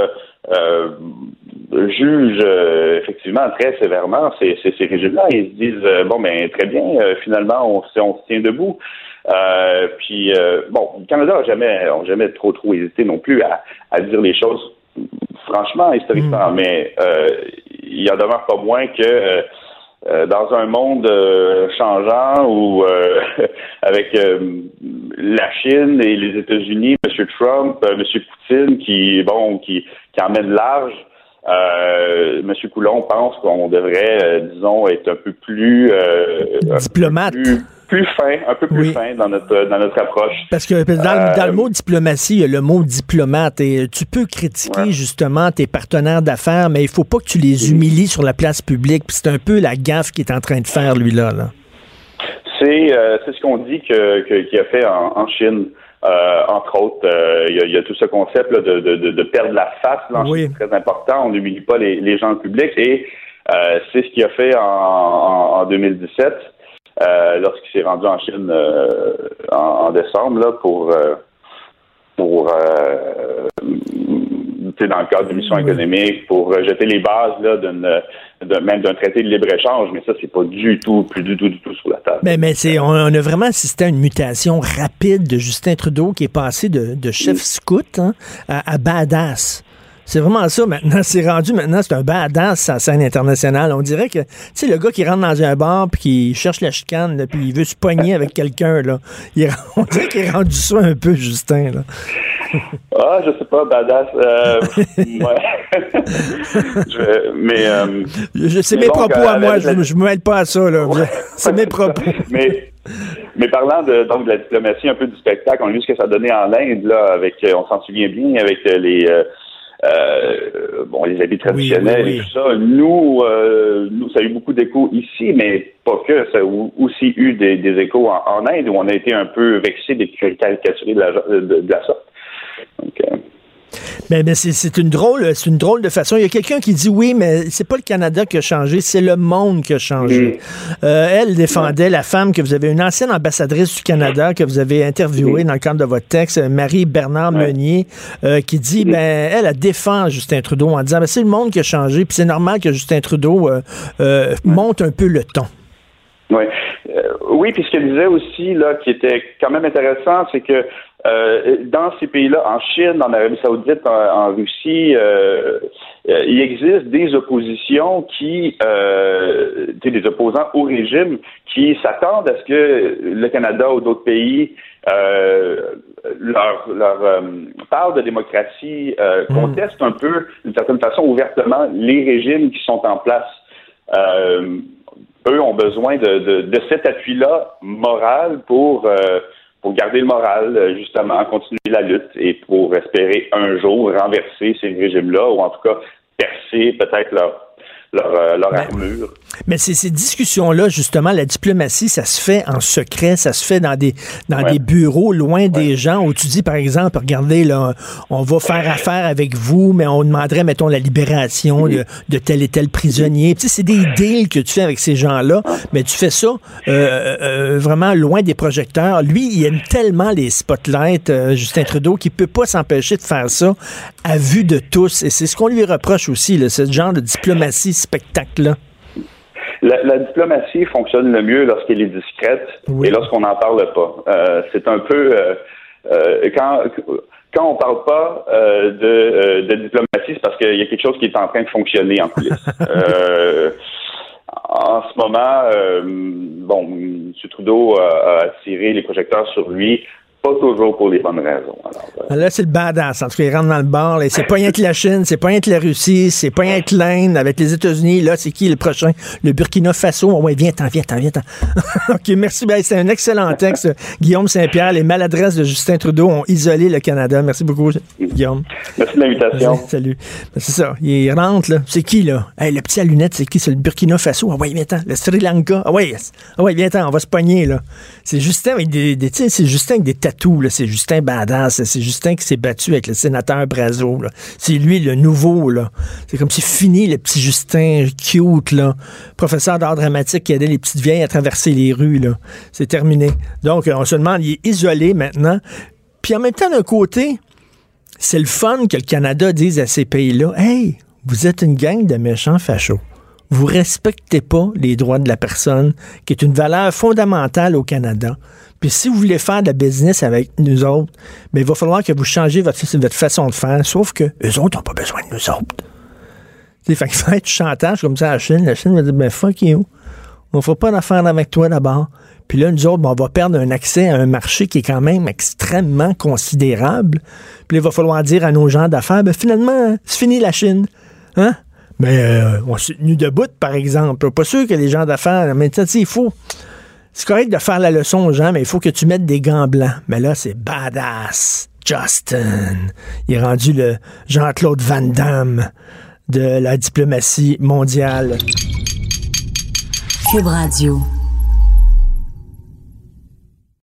juge effectivement très sévèrement ces régimes-là. Ils se disent très bien, finalement on se tient debout. Le Canada n'a jamais trop hésité non plus à dire les choses franchement, historiquement, mais il en demeure pas moins que dans un monde changeant où avec la Chine et les États-Unis, M. Trump, M. Poutine qui emmène large, M. Coulon pense qu'on devrait, disons, être un peu plus diplomate. Un peu plus fin dans notre approche. Parce que dans le mot diplomatie, il y a le mot diplomate et tu peux critiquer justement tes partenaires d'affaires, mais il faut pas que tu les humilies sur la place publique. Puis c'est un peu la gaffe qu'il est en train de faire, lui-là. Là. C'est ce qu'on dit qu'il a fait en Chine. Entre autres, il y a tout ce concept là, de perdre la face. Là, en Chine, c'est très important. On n'humilie pas les gens publics. Et c'est ce qu'il a fait en 2017. Lorsqu'il s'est rendu en Chine en décembre là, pour dans le cadre de mission économique, pour jeter les bases là, même d'un traité de libre-échange, mais ça, c'est pas du tout sur la table. Mais on a vraiment assisté à une mutation rapide de Justin Trudeau qui est passé de chef scout à badass. C'est vraiment ça maintenant. C'est un badass à la scène internationale. On dirait que, tu sais, le gars qui rentre dans un bar puis qui cherche la chicane, là, puis il veut se pogner avec quelqu'un, là. On dirait qu'il est rendu ça un peu, Justin, là. Je sais pas, badass. C'est mes propos à moi. Je me mêle pas à ça, là. C'est mes propos. Mais parlant de la diplomatie, un peu du spectacle, on a vu ce que ça donnait en Inde, là, on s'en souvient bien, avec les habits traditionnels et tout ça. Nous, ça a eu beaucoup d'échos ici, mais pas que. Ça a aussi eu des échos en Inde, où on a été un peu vexés d'être caricaturés de la sorte. Donc, mais c'est une drôle de façon. Il y a quelqu'un qui dit oui, mais c'est pas le Canada qui a changé, c'est le monde qui a changé. Elle défendait la femme que vous avez, une ancienne ambassadrice du Canada que vous avez interviewée dans le cadre de votre texte, Marie-Bernard Meunier, qui dit, elle défend Justin Trudeau en disant, c'est le monde qui a changé, puis c'est normal que Justin Trudeau monte un peu le ton. Oui. Oui, puis ce qu'elle disait aussi, là, qui était quand même intéressant, c'est que dans ces pays-là, en Chine, en Arabie Saoudite, en Russie, il existe des oppositions des opposants au régime qui s'attendent à ce que le Canada ou d'autres pays leur parle de démocratie, contestent un peu, d'une certaine façon, ouvertement, les régimes qui sont en place. Eux ont besoin de cet appui-là moral pour garder le moral, justement, continuer la lutte et pour espérer un jour renverser ces régimes-là ou en tout cas percer peut-être leur armure. Mais ces discussions-là, justement, la diplomatie, ça se fait en secret, ça se fait dans des bureaux loin des gens où tu dis, par exemple, regardez, là, on va faire affaire avec vous, mais on demanderait, mettons, la libération de tel et tel prisonnier. Tu sais, c'est des deals que tu fais avec ces gens-là, mais tu fais ça vraiment loin des projecteurs. Lui, il aime tellement les spotlights, Justin Trudeau, qu'il peut pas s'empêcher de faire ça à vue de tous. Et c'est ce qu'on lui reproche aussi, là, ce genre de diplomatie spectacle-là. La diplomatie fonctionne le mieux lorsqu'elle est discrète et lorsqu'on n'en parle pas. C'est un peu quand on parle pas de diplomatie, c'est parce qu'il y a quelque chose qui est en train de fonctionner en coulisses. En ce moment, M. Trudeau a attiré les projecteurs sur lui. Pas toujours pour les bonnes raisons. Alors, là, c'est le badass. En tout cas, il rentre dans le bar. Là. C'est pas rien que la Chine, c'est pas rien que la Russie, c'est pas rien que l'Inde avec les États-Unis. Là, c'est qui le prochain? Le Burkina Faso. Oh, ouais, viens-t'en. OK, merci. Ben, c'est un excellent texte. Guillaume Saint-Pierre, les maladresses de Justin Trudeau ont isolé le Canada. Merci beaucoup, Guillaume. Merci de l'invitation. Salut. Ben, c'est ça. Il rentre, là. C'est qui, là? Hey, le petit à lunettes, c'est qui? C'est le Burkina Faso. Ah, ouais, viens-t'en. Le Sri Lanka. Ah, ouais, viens-t'en. On va se pogner, là. C'est Justin avec c'est Justin avec des tatous, là. C'est Justin badass. C'est Justin qui s'est battu avec le sénateur Brazo, là. C'est lui, le nouveau, là. C'est comme si fini, le petit Justin cute, là. Professeur d'art dramatique qui aidait les petites vieilles à traverser les rues, là. C'est terminé. Donc, on se demande, il est isolé maintenant. Puis en même temps, d'un côté, c'est le fun que le Canada dise à ces pays-là, « Hey, vous êtes une gang de méchants fachos. Vous respectez pas les droits de la personne, qui est une valeur fondamentale au Canada. Puis si vous voulez faire de la business avec nous autres, mais il va falloir que vous changez votre façon de faire, sauf que eux autres n'ont pas besoin de nous autres. » Fait qu'il faut être chantage comme ça à la Chine. La Chine va dire, ben fuck you. On fera pas d'affaires avec toi d'abord. Puis là, nous autres, on va perdre un accès à un marché qui est quand même extrêmement considérable. Puis là, il va falloir dire à nos gens d'affaires, ben finalement, c'est fini la Chine. Hein? Mais on s'est tenu debout, par exemple. Pas sûr que les gens d'affaires... Mais tu sais, il faut... C'est correct de faire la leçon aux gens, mais il faut que tu mettes des gants blancs. Mais là, c'est badass. Justin. Il est rendu le Jean-Claude Van Damme de la diplomatie mondiale. Cube Radio.